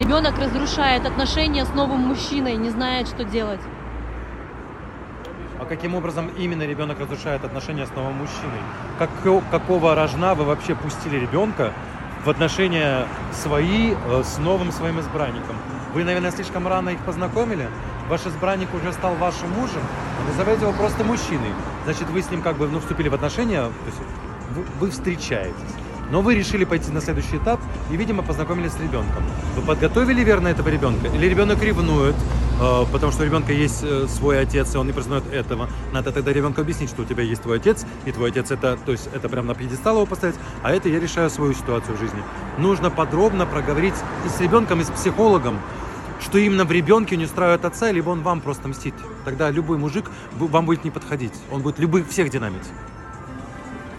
ребенок разрушает отношения с новым мужчиной, не знает, что делать. А каким образом именно ребенок разрушает отношения с новым мужчиной? Какого рожна вы вообще пустили ребенка в отношения свои с новым своим избранником? Вы, наверное, слишком рано их познакомили? Ваш избранник уже стал вашим мужем, а называете его просто мужчиной. Значит, вы с ним как бы вступили в отношения, то есть вы встречаетесь. Но вы решили пойти на следующий этап и, видимо, познакомились с ребенком. Вы подготовили верно этого ребенка? Или ребенок ревнует, потому что у ребенка есть свой отец, и он не признает этого? Надо тогда ребенку объяснить, что у тебя есть твой отец, и твой отец это, то есть это прям на пьедестал его поставить, а это я решаю свою ситуацию в жизни. Нужно подробно проговорить и с ребенком, и с психологом, что именно в ребенке не устраивает отца, либо он вам просто мстит. Тогда любой мужик вам будет не подходить. Он будет всех динамить.